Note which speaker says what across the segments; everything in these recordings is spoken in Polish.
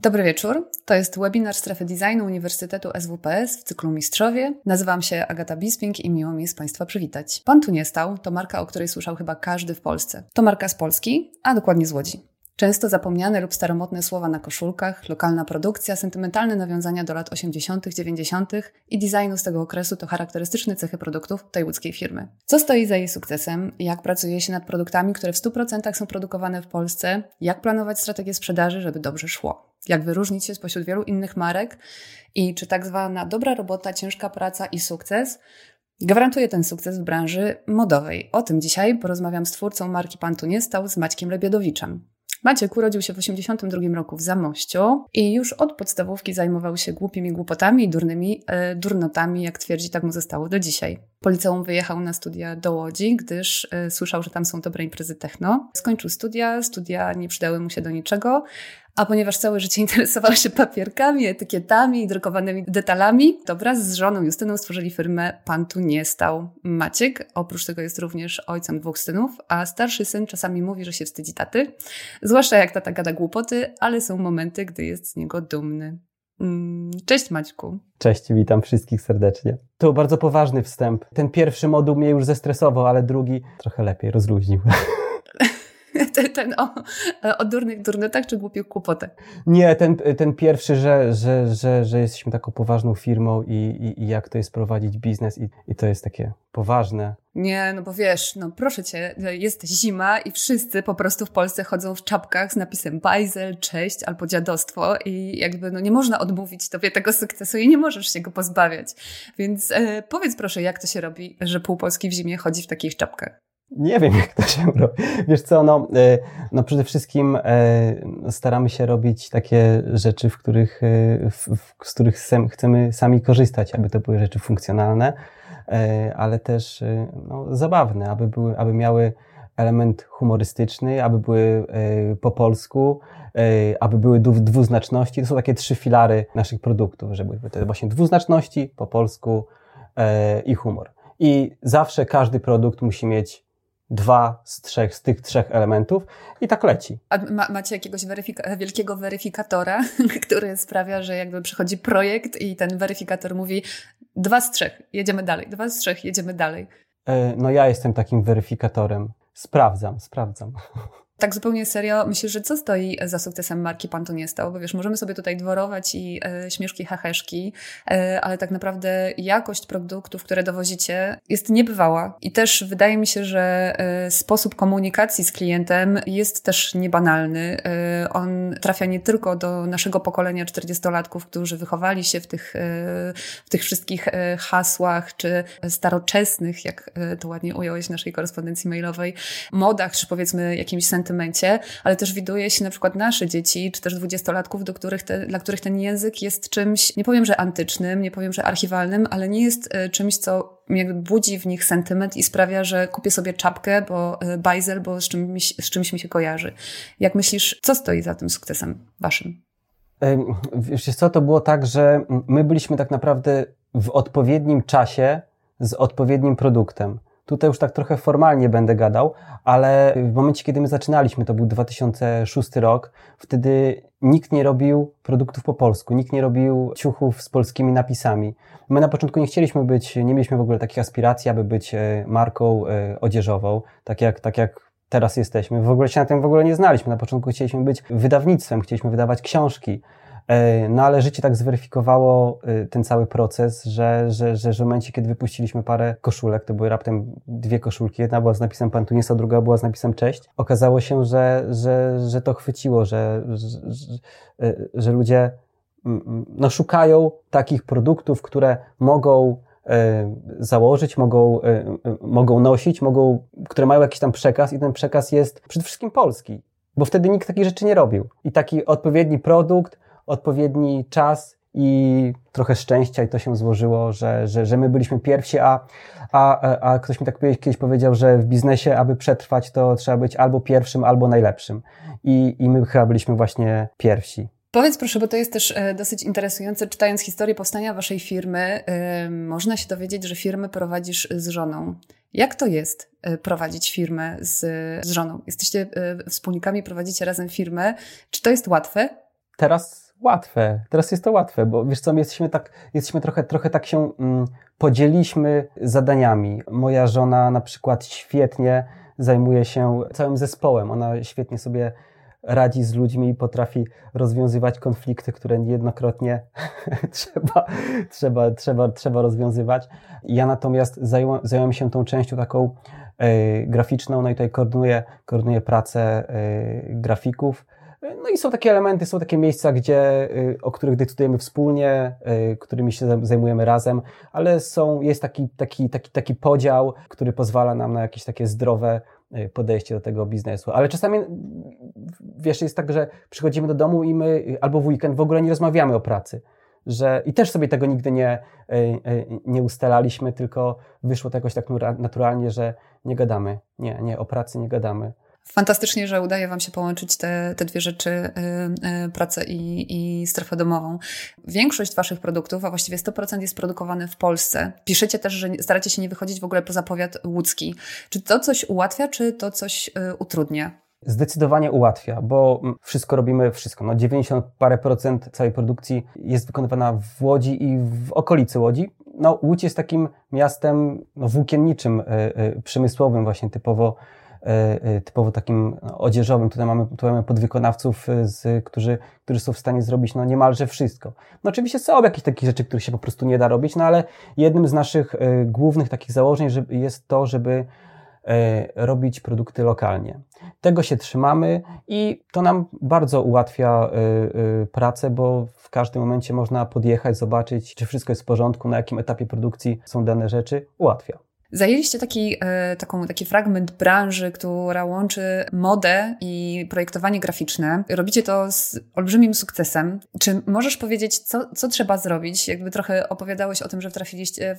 Speaker 1: Dobry wieczór. To jest webinar Strefy Designu Uniwersytetu SWPS w cyklu Mistrzowie. Nazywam się Agata Bisping i miło mi jest Państwa przywitać. Pan tu nie stał to marka, o której słyszał chyba każdy w Polsce. To marka z Polski, a dokładnie z Łodzi. Często zapomniane lub staromodne słowa na koszulkach, lokalna produkcja, sentymentalne nawiązania do lat 80., 90. i designu z tego okresu to charakterystyczne cechy produktów tej łódzkiej firmy. Co stoi za jej sukcesem? Jak pracuje się nad produktami, które w 100% są produkowane w Polsce? Jak planować strategię sprzedaży, żeby dobrze szło? Jak wyróżnić się spośród wielu innych marek? I czy tak zwana dobra robota, ciężka praca i sukces gwarantuje ten sukces w branży modowej? O tym dzisiaj porozmawiam z twórcą marki Pan tu nie stał, z Maćkiem Lebiodowiczem. Maciek urodził się w 1982 roku w Zamościu i już od podstawówki zajmował się głupimi głupotami i durnymi durnotami, jak twierdzi, tak mu zostało do dzisiaj. Po liceum wyjechał na studia do Łodzi, gdyż słyszał, że tam są dobre imprezy techno. Skończył studia nie przydały mu się do niczego, a ponieważ całe życie interesował się papierkami, etykietami i drukowanymi detalami, to wraz z żoną Justyną stworzyli firmę Pan tu nie stał. Maciek oprócz tego jest również ojcem 2 synów, a starszy syn czasami mówi, że się wstydzi taty, zwłaszcza jak tata gada głupoty, ale są momenty, gdy jest z niego dumny. Cześć Maćku.
Speaker 2: Cześć, witam wszystkich serdecznie. To bardzo poważny wstęp. Ten pierwszy moduł mnie już zestresował, ale drugi trochę lepiej, rozluźnił.
Speaker 1: Ten o durnych durnotach czy głupich kłopotach?
Speaker 2: Nie, ten pierwszy, że jesteśmy taką poważną firmą i jak to jest prowadzić biznes i to jest takie poważne.
Speaker 1: Nie, no bo wiesz, no proszę cię, jest zima i wszyscy po prostu w Polsce chodzą w czapkach z napisem bajzel, cześć albo dziadostwo i jakby no nie można odmówić tobie tego sukcesu i nie możesz się go pozbawiać. Więc powiedz proszę, jak to się robi, że pół Polski w zimie chodzi w takich czapkach?
Speaker 2: Nie wiem, jak to się robi. Wiesz co, no przede wszystkim staramy się robić takie rzeczy, z których chcemy sami korzystać, aby to były rzeczy funkcjonalne, ale też zabawne, aby miały element humorystyczny, aby były po polsku, aby były dwuznaczności. To są takie 3 filary naszych produktów, żeby były te właśnie dwuznaczności, po polsku i humor. I zawsze każdy produkt musi mieć 2 z tych 3 elementów i tak leci.
Speaker 1: A macie jakiegoś wielkiego weryfikatora, który sprawia, że jakby przychodzi projekt i ten weryfikator mówi 2 z 3, jedziemy dalej, 2 z 3, jedziemy dalej.
Speaker 2: No ja jestem takim weryfikatorem. Sprawdzam.
Speaker 1: Tak zupełnie serio, myślę, że co stoi za sukcesem marki Pan tu nie stał? Bo wiesz, możemy sobie tutaj dworować i śmieszki, heheszki, ale tak naprawdę jakość produktów, które dowozicie jest niebywała. I też wydaje mi się, że sposób komunikacji z klientem jest też niebanalny. On trafia nie tylko do naszego pokolenia 40-latków, którzy wychowali się w tych wszystkich hasłach, czy staroczesnych, jak to ładnie ująłeś w naszej korespondencji mailowej, modach, czy powiedzmy jakimś sentymencie, ale też widuje się na przykład nasze dzieci, czy też 20-latków, dla których ten język jest czymś, nie powiem, że antycznym, nie powiem, że archiwalnym, ale nie jest czymś, co jakby budzi w nich sentyment i sprawia, że kupię sobie czapkę, bo bajzel, bo z czymś mi się kojarzy. Jak myślisz, co stoi za tym sukcesem waszym?
Speaker 2: Wiesz co, to było tak, że my byliśmy tak naprawdę w odpowiednim czasie z odpowiednim produktem. Tutaj już tak trochę formalnie będę gadał, ale w momencie, kiedy my zaczynaliśmy, to był 2006 rok, wtedy nikt nie robił produktów po polsku, nikt nie robił ciuchów z polskimi napisami. My na początku nie mieliśmy w ogóle takich aspiracji, aby być marką odzieżową, tak jak teraz jesteśmy. W ogóle się na tym nie znaliśmy. Na początku chcieliśmy być wydawnictwem, chcieliśmy wydawać książki. No ale życie tak zweryfikowało ten cały proces, że w momencie, kiedy wypuściliśmy parę koszulek, to były raptem 2 koszulki, jedna była z napisem Pan tu nie stał, druga była z napisem Cześć. Okazało się, że to chwyciło, że ludzie szukają takich produktów, które mogą założyć, mogą nosić, które mają jakiś tam przekaz i ten przekaz jest przede wszystkim polski, bo wtedy nikt takich rzeczy nie robił. I taki odpowiedni produkt, odpowiedni czas i trochę szczęścia i to się złożyło, że my byliśmy pierwsi, a ktoś mi tak kiedyś powiedział, że w biznesie, aby przetrwać, to trzeba być albo pierwszym, albo najlepszym. I my chyba byliśmy właśnie pierwsi.
Speaker 1: Powiedz proszę, bo to jest też dosyć interesujące, czytając historię powstania waszej firmy, można się dowiedzieć, że firmę prowadzisz z żoną. Jak to jest prowadzić firmę z żoną? Jesteście wspólnikami, prowadzicie razem firmę. Czy to jest łatwe?
Speaker 2: Teraz łatwe. Teraz jest to łatwe, bo wiesz co, my jesteśmy trochę tak się podzieliśmy zadaniami. Moja żona na przykład świetnie zajmuje się całym zespołem. Ona świetnie sobie radzi z ludźmi i potrafi rozwiązywać konflikty, które niejednokrotnie trzeba rozwiązywać. Ja natomiast zająłem się tą częścią taką graficzną, no i tutaj koordynuję pracę grafików. No i są takie elementy, są takie miejsca, o których decydujemy wspólnie, którymi się zajmujemy razem, ale jest taki podział, który pozwala nam na jakieś takie zdrowe podejście do tego biznesu. Ale czasami, wiesz, jest tak, że przychodzimy do domu i my albo w weekend w ogóle nie rozmawiamy o pracy. I też sobie tego nigdy nie ustalaliśmy, tylko wyszło to jakoś tak naturalnie, że nie gadamy. Nie, o pracy nie gadamy.
Speaker 1: Fantastycznie, że udaje Wam się połączyć te dwie rzeczy, pracę i strefę domową. Większość Waszych produktów, a właściwie 100% jest produkowane w Polsce. Piszecie też, że staracie się nie wychodzić w ogóle poza powiat łódzki. Czy to coś ułatwia, czy to coś utrudnia?
Speaker 2: Zdecydowanie ułatwia, bo robimy wszystko. 90 parę procent całej produkcji jest wykonywana w Łodzi i w okolicy Łodzi. Łódź jest takim miastem włókienniczym, przemysłowym właśnie typowo takim odzieżowym. Tutaj mamy podwykonawców, którzy są w stanie zrobić niemalże wszystko. Oczywiście są jakieś takie rzeczy, których się po prostu nie da robić, ale jednym z naszych głównych takich założeń jest to, żeby robić produkty lokalnie. Tego się trzymamy i to nam bardzo ułatwia pracę, bo w każdym momencie można podjechać, zobaczyć, czy wszystko jest w porządku, na jakim etapie produkcji są dane rzeczy. Ułatwia.
Speaker 1: Zajęliście taki fragment branży, która łączy modę i projektowanie graficzne. Robicie to z olbrzymim sukcesem. Czy możesz powiedzieć, co trzeba zrobić? Jakby trochę opowiadałeś o tym, że trafiliście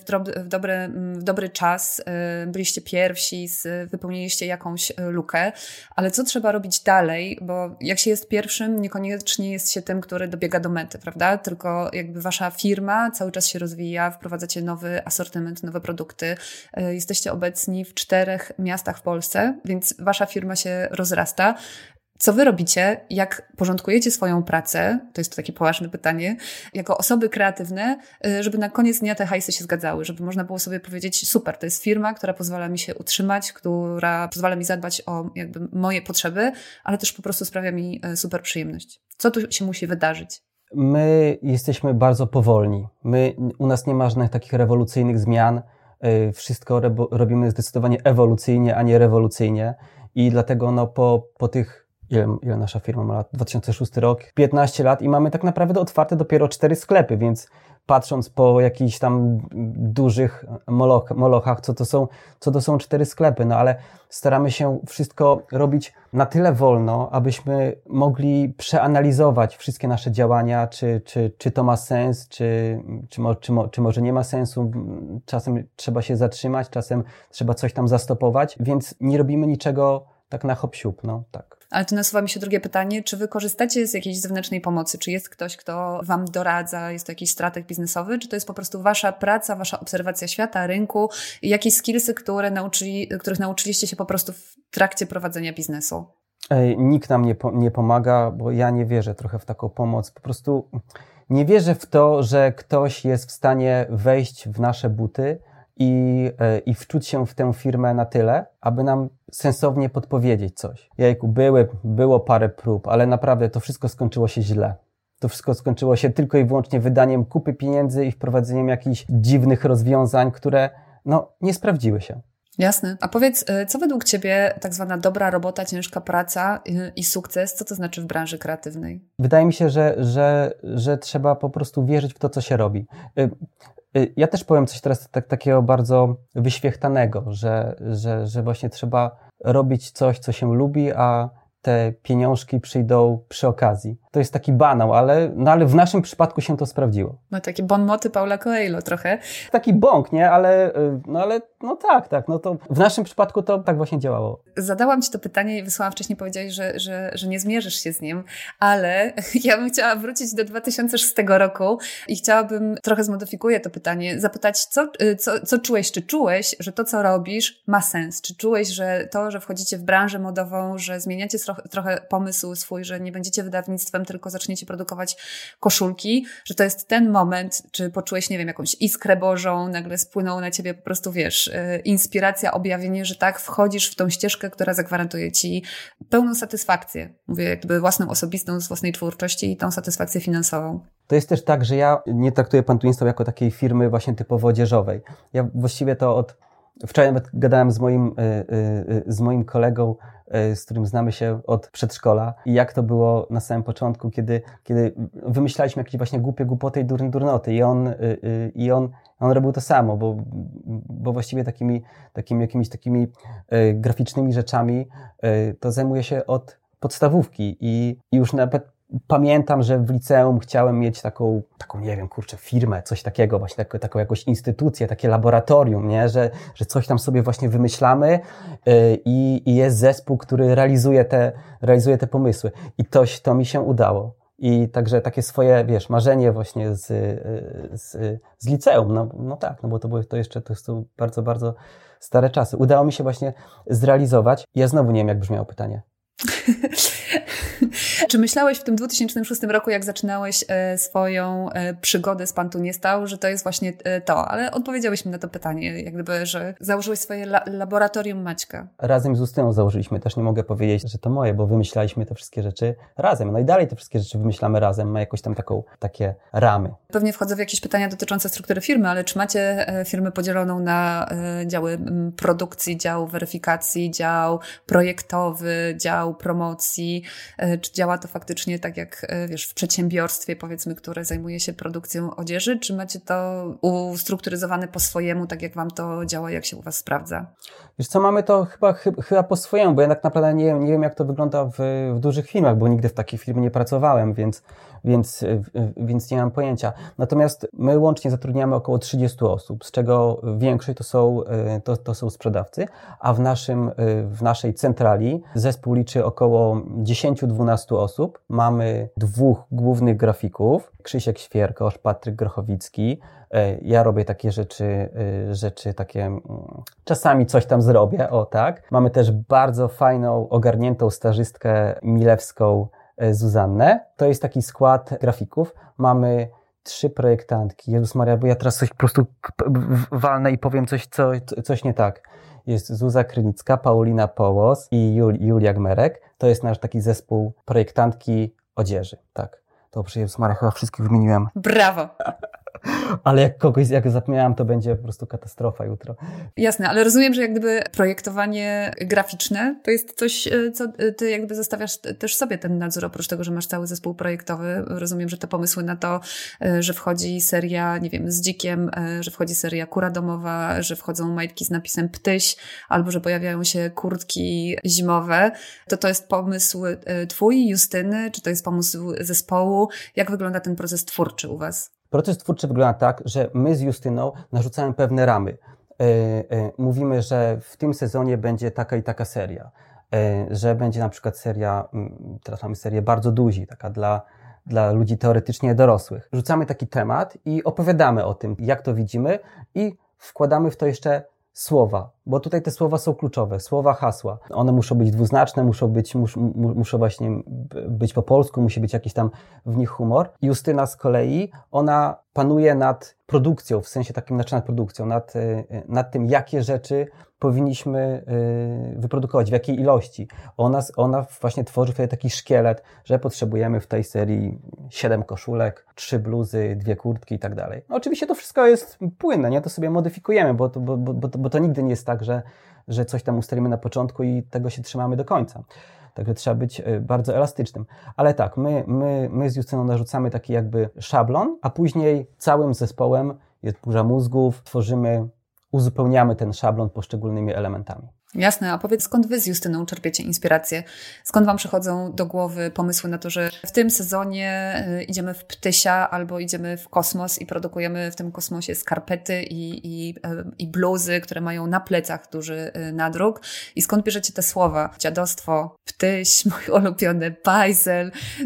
Speaker 1: w dobry czas, byliście pierwsi, wypełniliście jakąś lukę, ale co trzeba robić dalej? Bo jak się jest pierwszym, niekoniecznie jest się tym, który dobiega do mety, prawda? Tylko jakby wasza firma cały czas się rozwija, wprowadzacie nowy asortyment, nowe produkty. Jesteście obecni w 4 miastach w Polsce, więc wasza firma się rozrasta. Co wy robicie? Jak porządkujecie swoją pracę? To jest takie poważne pytanie. Jako osoby kreatywne, żeby na koniec dnia te hajsy się zgadzały, żeby można było sobie powiedzieć, super, to jest firma, która pozwala mi się utrzymać, która pozwala mi zadbać o jakby moje potrzeby, ale też po prostu sprawia mi super przyjemność. Co tu się musi wydarzyć?
Speaker 2: My jesteśmy bardzo powolni. U nas nie ma żadnych takich rewolucyjnych zmian. Wszystko robimy zdecydowanie ewolucyjnie, a nie rewolucyjnie i dlatego po tych, ile nasza firma ma lat? 2006 rok, 15 lat i mamy tak naprawdę otwarte dopiero 4 sklepy, więc patrząc po jakichś tam dużych molochach, co to są 4 sklepy, ale staramy się wszystko robić na tyle wolno, abyśmy mogli przeanalizować wszystkie nasze działania, czy to ma sens, czy może nie ma sensu. Czasem trzeba się zatrzymać, czasem trzeba coś tam zastopować, więc nie robimy niczego tak na hop-siup, tak.
Speaker 1: Ale tu nasuwa mi się drugie pytanie, czy wy korzystacie z jakiejś zewnętrznej pomocy? Czy jest ktoś, kto wam doradza, jest to jakiś strateg biznesowy? Czy to jest po prostu wasza praca, wasza obserwacja świata, rynku i jakieś skillsy, których nauczyliście się po prostu w trakcie prowadzenia biznesu?
Speaker 2: Nikt nam nie pomaga, bo ja nie wierzę trochę w taką pomoc. Po prostu nie wierzę w to, że ktoś jest w stanie wejść w nasze buty i wczuć się w tę firmę na tyle, aby nam sensownie podpowiedzieć coś. Jejku, było parę prób, ale naprawdę to wszystko skończyło się źle. To wszystko skończyło się tylko i wyłącznie wydaniem kupy pieniędzy i wprowadzeniem jakichś dziwnych rozwiązań, które nie sprawdziły się.
Speaker 1: Jasne. A powiedz, co według Ciebie tak zwana dobra robota, ciężka praca i sukces, co to znaczy w branży kreatywnej?
Speaker 2: Wydaje mi się, że trzeba po prostu wierzyć w to, co się robi. Ja też powiem coś teraz takiego bardzo wyświechtanego, że właśnie trzeba robić coś, co się lubi, a te pieniążki przyjdą przy okazji. To jest taki banał, ale w naszym przypadku się to sprawdziło.
Speaker 1: No takie bon moty Paula Coelho trochę.
Speaker 2: Taki bąk, nie? Ale tak. To w naszym przypadku to tak właśnie działało.
Speaker 1: Zadałam Ci to pytanie i wysłałam wcześniej, powiedziałeś, że nie zmierzysz się z nim, ale ja bym chciała wrócić do 2006 roku i chciałabym, trochę zmodyfikuję to pytanie, zapytać, co czułeś? Czy czułeś, że to, co robisz, ma sens? Czy czułeś, że to, że wchodzicie w branżę modową, że zmieniacie trochę pomysł swój, że nie będziecie wydawnictwem potem tylko zaczniecie produkować koszulki, że to jest ten moment, czy poczułeś, nie wiem, jakąś iskrę Bożą, nagle spłynął na ciebie po prostu, wiesz, inspiracja, objawienie, że tak, wchodzisz w tą ścieżkę, która zagwarantuje ci pełną satysfakcję. Mówię jakby własną, osobistą, z własnej twórczości i tą satysfakcję finansową.
Speaker 2: To jest też tak, że ja nie traktuję Pan tu nie stał jako takiej firmy właśnie typowo odzieżowej. Ja właściwie to wczoraj nawet gadałem z moim kolegą, z którym znamy się od przedszkola i jak to było na samym początku, kiedy wymyślaliśmy jakieś właśnie głupie głupoty i durnoty i on robił to samo, bo właściwie jakimiś takimi graficznymi rzeczami to zajmuje się od podstawówki i już nawet pamiętam, że w liceum chciałem mieć taką nie wiem, firmę, coś takiego, właśnie taką jakąś instytucję, takie laboratorium, nie? Że coś tam sobie właśnie wymyślamy i jest zespół, który realizuje te pomysły. I to mi się udało. I także takie swoje, wiesz, marzenie właśnie z liceum, no tak, bo to są bardzo, bardzo stare czasy. Udało mi się właśnie zrealizować. Ja znowu nie wiem, jak brzmiało pytanie.
Speaker 1: Czy myślałeś w tym 2006 roku, jak zaczynałeś swoją przygodę z Pan tu nie stał, że to jest właśnie to? Ale odpowiedziałeś mi na to pytanie, jak gdyby, że założyłeś swoje laboratorium Maćka.
Speaker 2: Razem z Justyną założyliśmy, też nie mogę powiedzieć, że to moje, bo wymyślaliśmy te wszystkie rzeczy razem. No i dalej te wszystkie rzeczy wymyślamy razem, ma jakoś tam takie ramy.
Speaker 1: Pewnie wchodzę w jakieś pytania dotyczące struktury firmy, ale czy macie firmę podzieloną na działy produkcji, dział weryfikacji, dział projektowy, dział promocji? Czy działa to faktycznie tak jak, wiesz, w przedsiębiorstwie, powiedzmy, które zajmuje się produkcją odzieży, czy macie to ustrukturyzowane po swojemu, tak jak wam to działa, jak się u was sprawdza?
Speaker 2: Wiesz co, mamy to chyba po swojemu, bo ja tak naprawdę nie wiem, jak to wygląda w dużych firmach, bo nigdy w takiej firmie nie pracowałem, więc nie mam pojęcia. Natomiast my łącznie zatrudniamy około 30 osób, z czego większość to są sprzedawcy, a w naszej centrali zespół liczy około 10-12 osób. Mamy 2 głównych grafików, Krzysiek Świerkosz, Patryk Grochowicki. Ja robię takie rzeczy takie, czasami coś tam zrobię, o tak. Mamy też bardzo fajną, ogarniętą stażystkę milewską, Zuzannę. To jest taki skład grafików. Mamy 3 projektantki. Jezus Maria, bo ja teraz coś po prostu walnę i powiem coś nie tak. Jest Zuza Krynicka, Paulina Połos i Julia Gmerek. To jest nasz taki zespół projektantki odzieży. Tak. Dobrze, Jezus Maria, chyba wszystkich wymieniłem.
Speaker 1: Brawo!
Speaker 2: Ale jak zapomniałam, to będzie po prostu katastrofa jutro.
Speaker 1: Jasne, ale rozumiem, że jak gdyby projektowanie graficzne to jest coś, co ty jak gdyby zostawiasz też sobie ten nadzór, oprócz tego, że masz cały zespół projektowy. Rozumiem, że te pomysły na to, że wchodzi seria, nie wiem, z dzikiem, że wchodzi seria kura domowa, że wchodzą majtki z napisem ptyś, albo że pojawiają się kurtki zimowe, to jest pomysł twój, Justyny, czy to jest pomysł zespołu? Jak wygląda ten proces twórczy u was?
Speaker 2: Proces twórczy wygląda tak, że my z Justyną narzucamy pewne ramy. Mówimy, że w tym sezonie będzie taka i taka seria, że będzie na przykład seria, teraz mamy serię Bardzo Duzi, taka dla ludzi teoretycznie dorosłych. Rzucamy taki temat i opowiadamy o tym, jak to widzimy i wkładamy w to jeszcze słowa, bo tutaj te słowa są kluczowe, słowa, hasła. One muszą być dwuznaczne, muszą właśnie być po polsku, musi być jakiś tam w nich humor. Justyna z kolei, ona panuje nad produkcją, w sensie takim nad produkcją, nad tym, jakie rzeczy powinniśmy wyprodukować, w jakiej ilości. Ona właśnie tworzy wtedy taki szkielet, że potrzebujemy w tej serii 7 koszulek, 3 bluzy, 2 kurtki i tak dalej. No, oczywiście to wszystko jest płynne, nie? To sobie modyfikujemy, bo to nigdy nie jest tak, że coś tam ustalimy na początku i tego się trzymamy do końca. Także trzeba być bardzo elastycznym. Ale tak, my z Justyną narzucamy taki jakby szablon, a później całym zespołem jest burza mózgów, uzupełniamy ten szablon poszczególnymi elementami.
Speaker 1: Jasne, a powiedz, skąd wy z Justyną czerpiecie inspirację? Skąd wam przychodzą do głowy pomysły na to, że w tym sezonie idziemy w ptysia albo idziemy w kosmos i produkujemy w tym kosmosie skarpety i bluzy, które mają na plecach duży nadruk? I skąd bierzecie te słowa? Dziadostwo, ptyś, mój ulubiony bajzel.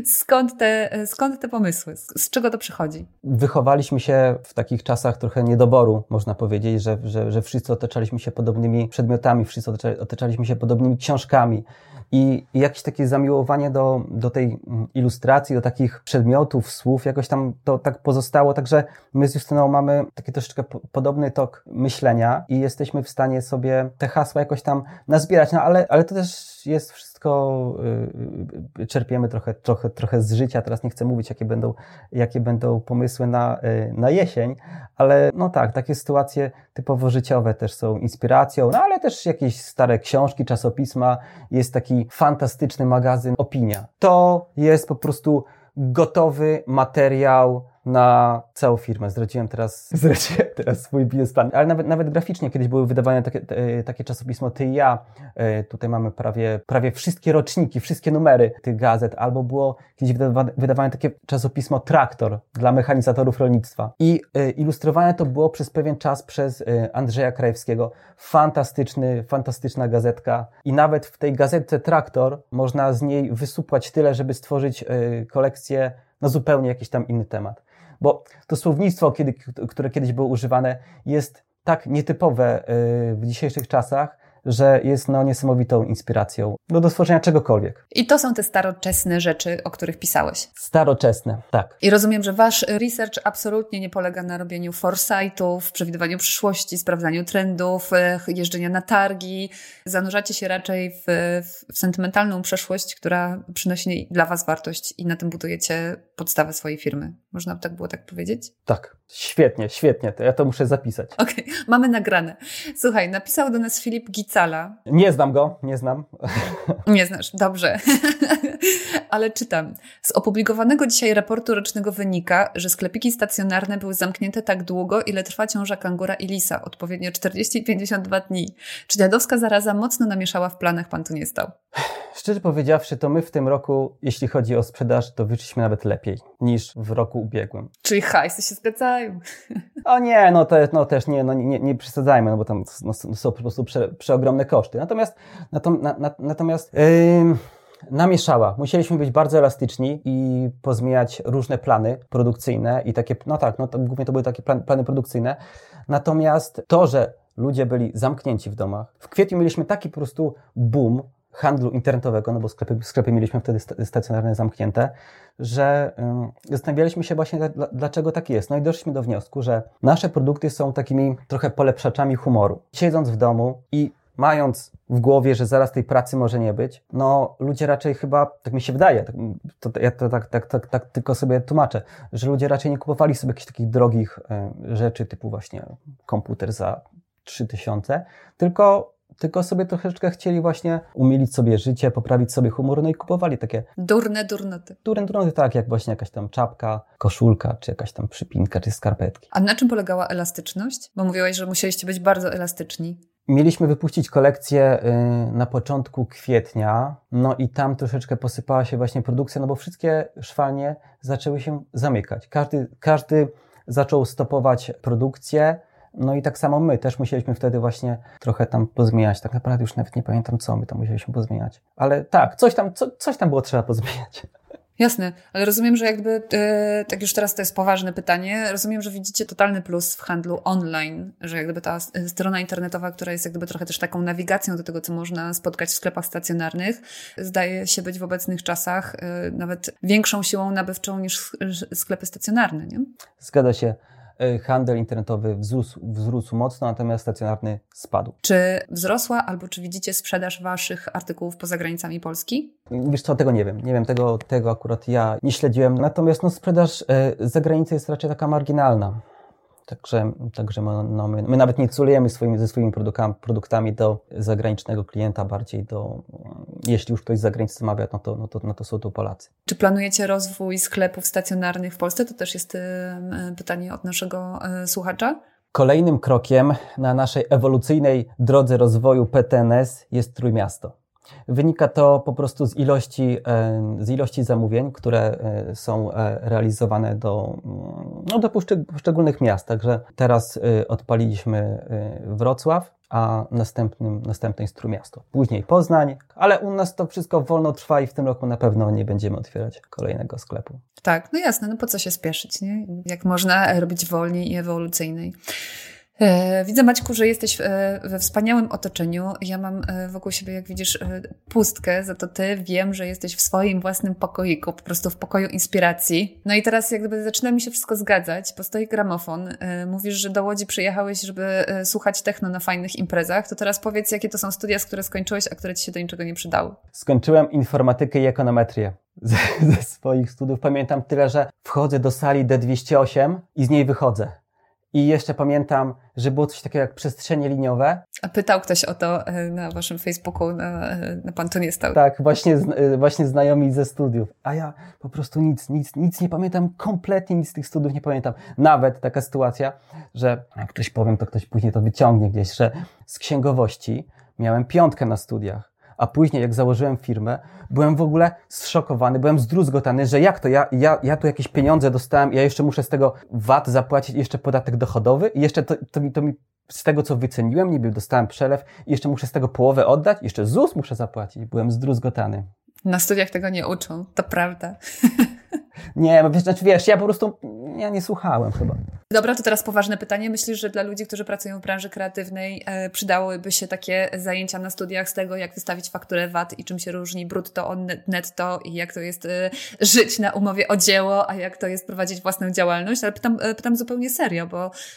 Speaker 1: Skąd te pomysły? Z czego to przychodzi?
Speaker 2: Wychowaliśmy się w takich czasach trochę niedoboru, można powiedzieć, że wszyscy otaczaliśmy się podobnymi przedmiotami, wszyscy otaczaliśmy się podobnymi książkami. I jakieś takie zamiłowanie do tej ilustracji, do takich przedmiotów, słów, jakoś tam to tak pozostało. Także my z Justyną mamy taki troszeczkę podobny tok myślenia i jesteśmy w stanie sobie te hasła jakoś tam nazbierać. No ale to też jest wszystko, czerpiemy trochę z życia. Teraz nie chcę mówić, jakie będą pomysły na jesień, ale no tak, takie sytuacje typowo życiowe też są inspiracją, no ale też jakieś stare książki, czasopisma. Jest taki fantastyczny magazyn Opinia. To jest po prostu gotowy materiał na całą firmę. Zdradziłem teraz swój biznesplan. Ale nawet graficznie kiedyś były wydawane takie czasopismo Ty i ja. Tutaj mamy prawie wszystkie roczniki, wszystkie numery tych gazet. Albo było kiedyś wydawane takie czasopismo Traktor dla mechanizatorów rolnictwa. I ilustrowane to było przez pewien czas przez Andrzeja Krajewskiego. Fantastyczna gazetka. I nawet w tej gazetce Traktor można z niej wysupłać tyle, żeby stworzyć kolekcję na zupełnie jakiś tam inny temat. Bo to słownictwo, które kiedyś było używane, jest tak nietypowe w dzisiejszych czasach, że jest niesamowitą inspiracją do stworzenia czegokolwiek.
Speaker 1: I to są te staroczesne rzeczy, o których pisałeś.
Speaker 2: Staroczesne, tak.
Speaker 1: I rozumiem, że wasz research absolutnie nie polega na robieniu foresightów, przewidywaniu przyszłości, sprawdzaniu trendów, jeżdżenia na targi. Zanurzacie się raczej w sentymentalną przeszłość, która przynosi dla was wartość i na tym budujecie podstawę swojej firmy. Można by tak było tak powiedzieć?
Speaker 2: Tak. Świetnie. To ja to muszę zapisać.
Speaker 1: Okej, mamy nagrane. Słuchaj, napisał do nas Filip Gicala.
Speaker 2: Nie znam go, nie znam.
Speaker 1: Nie znasz, dobrze. Ale czytam. Z opublikowanego dzisiaj raportu rocznego wynika, że sklepiki stacjonarne były zamknięte tak długo, ile trwa ciąża kangura i lisa, odpowiednio 40 i 52 dni. Czy dziadowska zaraza mocno namieszała w planach, pan tu nie stał?
Speaker 2: Szczerze powiedziawszy, to my w tym roku, jeśli chodzi o sprzedaż, to wyszliśmy nawet lepiej niż w roku ubiegłym.
Speaker 1: Czyli hajsy się zgadzają.
Speaker 2: O nie, nie przesadzajmy, bo tam są po prostu przeogromne koszty. Natomiast namieszała. Musieliśmy być bardzo elastyczni i pozmieniać różne plany produkcyjne i takie, głównie to były takie plany produkcyjne. Natomiast to, że ludzie byli zamknięci w domach, w kwietniu mieliśmy taki po prostu boom handlu internetowego, bo sklepy mieliśmy wtedy stacjonarne zamknięte, że zastanawialiśmy się właśnie, dlaczego tak jest. No i doszliśmy do wniosku, że nasze produkty są takimi trochę polepszaczami humoru. Siedząc w domu i mając w głowie, że zaraz tej pracy może nie być, ludzie raczej chyba, tak mi się wydaje, ja to tak tylko sobie tłumaczę, że ludzie raczej nie kupowali sobie jakichś takich drogich rzeczy typu właśnie komputer za 3000, tylko sobie troszeczkę chcieli właśnie umilić sobie życie, poprawić sobie humor, i kupowali takie
Speaker 1: durne durnoty.
Speaker 2: Tak, jak właśnie jakaś tam czapka, koszulka, czy jakaś tam przypinka, czy skarpetki.
Speaker 1: A na czym polegała elastyczność? Bo mówiłaś, że musieliście być bardzo elastyczni.
Speaker 2: Mieliśmy wypuścić kolekcję na początku kwietnia, i tam troszeczkę posypała się właśnie produkcja, bo wszystkie szwalnie zaczęły się zamykać. Każdy zaczął stopować produkcję. I tak samo my też musieliśmy wtedy właśnie trochę tam pozmieniać. Tak naprawdę już nawet nie pamiętam, co my tam musieliśmy pozmieniać. Ale tak, coś tam było trzeba pozmieniać.
Speaker 1: Jasne, ale rozumiem, że tak już teraz to jest poważne pytanie, rozumiem, że widzicie totalny plus w handlu online, że ta strona internetowa, która jest trochę też taką nawigacją do tego, co można spotkać w sklepach stacjonarnych, zdaje się być w obecnych czasach nawet większą siłą nabywczą niż sklepy stacjonarne, nie?
Speaker 2: Zgadza się. Handel internetowy wzrósł mocno, natomiast stacjonarny spadł.
Speaker 1: Czy wzrosła, albo czy widzicie sprzedaż waszych artykułów poza granicami Polski?
Speaker 2: Wiesz co, tego nie wiem. Nie wiem, tego akurat ja nie śledziłem. Natomiast sprzedaż z zagranicy jest raczej taka marginalna. Także my nawet nie celujemy ze swoimi produktami do zagranicznego klienta, bardziej jeśli już ktoś z zagranicy zamawia, to są to Polacy.
Speaker 1: Czy planujecie rozwój sklepów stacjonarnych w Polsce? To też jest pytanie od naszego słuchacza.
Speaker 2: Kolejnym krokiem na naszej ewolucyjnej drodze rozwoju PTNS jest Trójmiasto. Wynika to po prostu z ilości zamówień, które są realizowane do poszczególnych miast. Także teraz odpaliliśmy Wrocław, a następne jest Trójmiasto. Później Poznań, ale u nas to wszystko wolno trwa i w tym roku na pewno nie będziemy otwierać kolejnego sklepu.
Speaker 1: Tak, jasne, po co się spieszyć, nie? Jak można robić wolniej i ewolucyjniej. Widzę, Maćku, że jesteś we wspaniałym otoczeniu. Ja mam wokół siebie, jak widzisz, pustkę, za to ty wiem, że jesteś w swoim własnym pokoiku, po prostu w pokoju inspiracji. No i teraz jak gdyby zaczyna mi się wszystko zgadzać, bo stoi gramofon. Mówisz, że do Łodzi przyjechałeś, żeby słuchać techno na fajnych imprezach. To teraz powiedz, jakie to są studia, które skończyłeś, a które ci się do niczego nie przydały.
Speaker 2: Skończyłem informatykę i ekonometrię ze swoich studiów. Pamiętam tyle, że wchodzę do sali D208 i z niej wychodzę. I jeszcze pamiętam, że było coś takiego jak przestrzenie liniowe.
Speaker 1: A pytał ktoś o to na waszym Facebooku, na Pan tu nie stał.
Speaker 2: Tak, właśnie znajomi ze studiów. A ja po prostu nic nie pamiętam, kompletnie nic z tych studiów nie pamiętam. Nawet taka sytuacja, że jak ktoś powiem, to ktoś później to wyciągnie gdzieś, że z księgowości miałem 5 na studiach. A później, jak założyłem firmę, byłem w ogóle zszokowany, byłem zdruzgotany, że jak to, ja tu jakieś pieniądze dostałem, ja jeszcze muszę z tego VAT zapłacić, jeszcze podatek dochodowy i jeszcze to mi z tego, co wyceniłem, niby dostałem przelew i jeszcze muszę z tego połowę oddać, jeszcze ZUS muszę zapłacić. Byłem zdruzgotany.
Speaker 1: Na studiach tego nie uczą, to prawda.
Speaker 2: Nie, wiesz, ja po prostu nie słuchałem chyba.
Speaker 1: Dobra, to teraz poważne pytanie. Myślisz, że dla ludzi, którzy pracują w branży kreatywnej, przydałyby się takie zajęcia na studiach z tego, jak wystawić fakturę VAT i czym się różni brutto od netto i jak to jest żyć na umowie o dzieło, a jak to jest prowadzić własną działalność? Ale pytam zupełnie serio,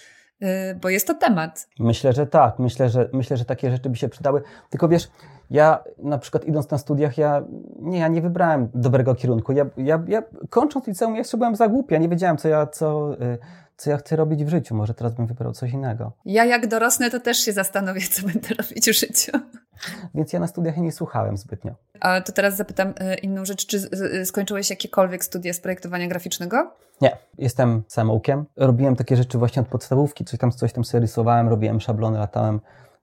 Speaker 1: bo jest to temat.
Speaker 2: Myślę, że tak. Myślę, że takie rzeczy by się przydały. Tylko wiesz, ja na przykład idąc na studiach, ja nie wybrałem dobrego kierunku. Ja kończąc liceum, jeszcze byłem za głupi. Ja nie wiedziałem, co ja chcę robić w życiu. Może teraz bym wybrał coś innego.
Speaker 1: Ja jak dorosnę, to też się zastanowię, co będę robić w życiu.
Speaker 2: Więc ja na studiach nie słuchałem zbytnio.
Speaker 1: A to teraz zapytam inną rzecz. Czy skończyłeś jakiekolwiek studia z projektowania graficznego?
Speaker 2: Nie. Jestem samoukiem. Robiłem takie rzeczy właśnie od podstawówki. Coś tam sobie rysowałem, robiłem szablony, latałem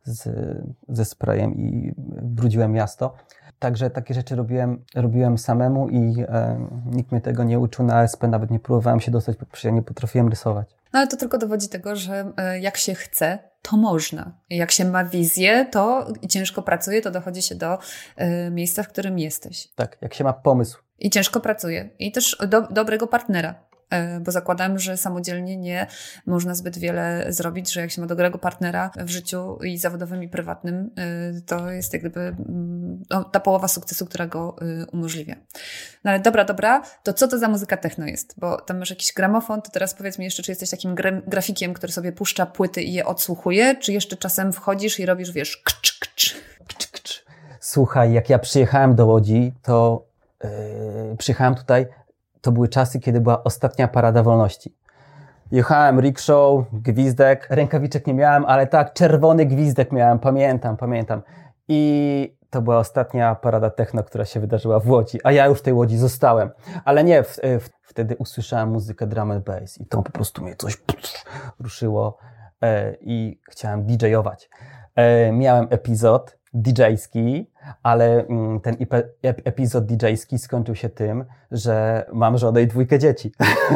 Speaker 2: ze sprayem i brudziłem miasto. Także takie rzeczy robiłem samemu i nikt mnie tego nie uczył. Na ASP nawet nie próbowałem się dostać, bo ja nie potrafiłem rysować.
Speaker 1: No ale to tylko dowodzi tego, że jak się chce, to można. Jak się ma wizję, to i ciężko pracuje, to dochodzi się do miejsca, w którym jesteś.
Speaker 2: Tak, jak się ma pomysł.
Speaker 1: I ciężko pracuje. I też dobrego partnera. Bo zakładam, że samodzielnie nie można zbyt wiele zrobić, że jak się ma dobrego partnera w życiu i zawodowym, i prywatnym, to jest jak gdyby ta połowa sukcesu, która go umożliwia. No ale dobra, to co to za muzyka techno jest? Bo tam masz jakiś gramofon, to teraz powiedz mi jeszcze, czy jesteś takim grafikiem, który sobie puszcza płyty i je odsłuchuje, czy jeszcze czasem wchodzisz i robisz, wiesz, kcz, kcz.
Speaker 2: Kcz, kcz. Słuchaj, jak ja przyjechałem do Łodzi, to przyjechałem tutaj. To były czasy, kiedy była ostatnia Parada Wolności. Jechałem rickshaw, gwizdek, rękawiczek nie miałem, ale tak, czerwony gwizdek miałem, pamiętam. I to była ostatnia parada techno, która się wydarzyła w Łodzi, a ja już w tej Łodzi zostałem. Ale nie, wtedy usłyszałem muzykę drum and bass i to po prostu mnie coś ruszyło i chciałem DJ-ować. Miałem epizod DJ-ski, ale ten epizod DJ-ski skończył się tym, że mam żonę i 2 dzieci.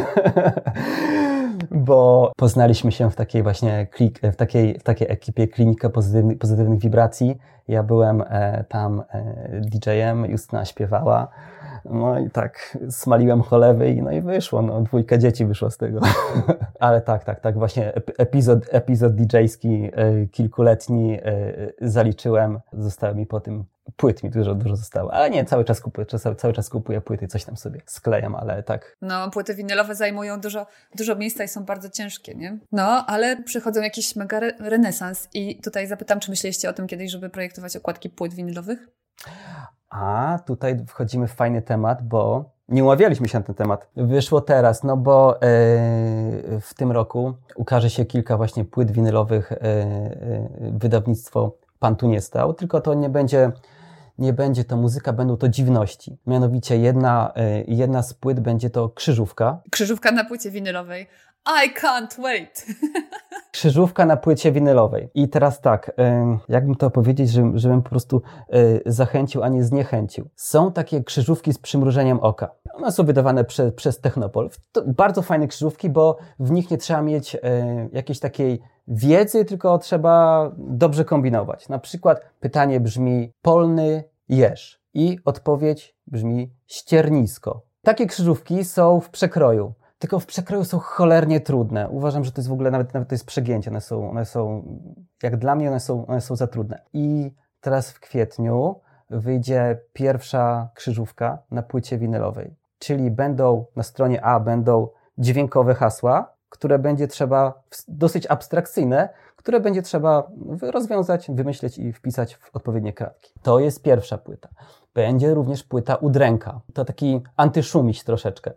Speaker 2: Bo poznaliśmy się w takiej właśnie w takiej ekipie Klinika Pozytywnych Wibracji. Ja byłem tam DJ-em, Justyna śpiewała. No i tak smaliłem cholewy i wyszło, 2 dzieci wyszło z tego. Ale tak, właśnie epizod DJ-ski kilkuletni zaliczyłem. Zostało mi po tym płyt mi dużo zostało. Ale nie, cały czas kupuję płyty, coś tam sobie sklejam, ale tak.
Speaker 1: No, płyty winylowe zajmują dużo miejsca i są bardzo ciężkie, nie? No, ale przychodzą jakiś mega renesans i tutaj zapytam, czy myśleliście o tym kiedyś, żeby projektować okładki płyt winylowych?
Speaker 2: A tutaj wchodzimy w fajny temat, bo nie umawialiśmy się na ten temat. Wyszło teraz, bo w tym roku ukaże się kilka właśnie płyt winylowych, wydawnictwo Pan tu nie stał, tylko to nie będzie to muzyka, będą to dziwności. Mianowicie jedna z płyt będzie to krzyżówka.
Speaker 1: Krzyżówka na płycie winylowej. I can't wait!
Speaker 2: Krzyżówka na płycie winylowej. I teraz tak, jakbym to powiedzieć, żebym po prostu zachęcił, a nie zniechęcił. Są takie krzyżówki z przymrużeniem oka. One są wydawane przez Technopol. To bardzo fajne krzyżówki, bo w nich nie trzeba mieć jakiejś takiej wiedzy, tylko trzeba dobrze kombinować. Na przykład pytanie brzmi polny jeż i odpowiedź brzmi ściernisko. Takie krzyżówki są w przekroju. tylko w przekroju są cholernie trudne. Uważam, że to jest w ogóle, nawet to jest przegięcie. One są, jak dla mnie, one są za trudne. I teraz w kwietniu wyjdzie pierwsza krzyżówka na płycie winylowej. Czyli na stronie A będą dźwiękowe hasła, które będzie trzeba, dosyć abstrakcyjne, które będzie trzeba rozwiązać, wymyśleć i wpisać w odpowiednie kratki. To jest pierwsza płyta. Będzie również płyta udręka. To taki antyszumiś troszeczkę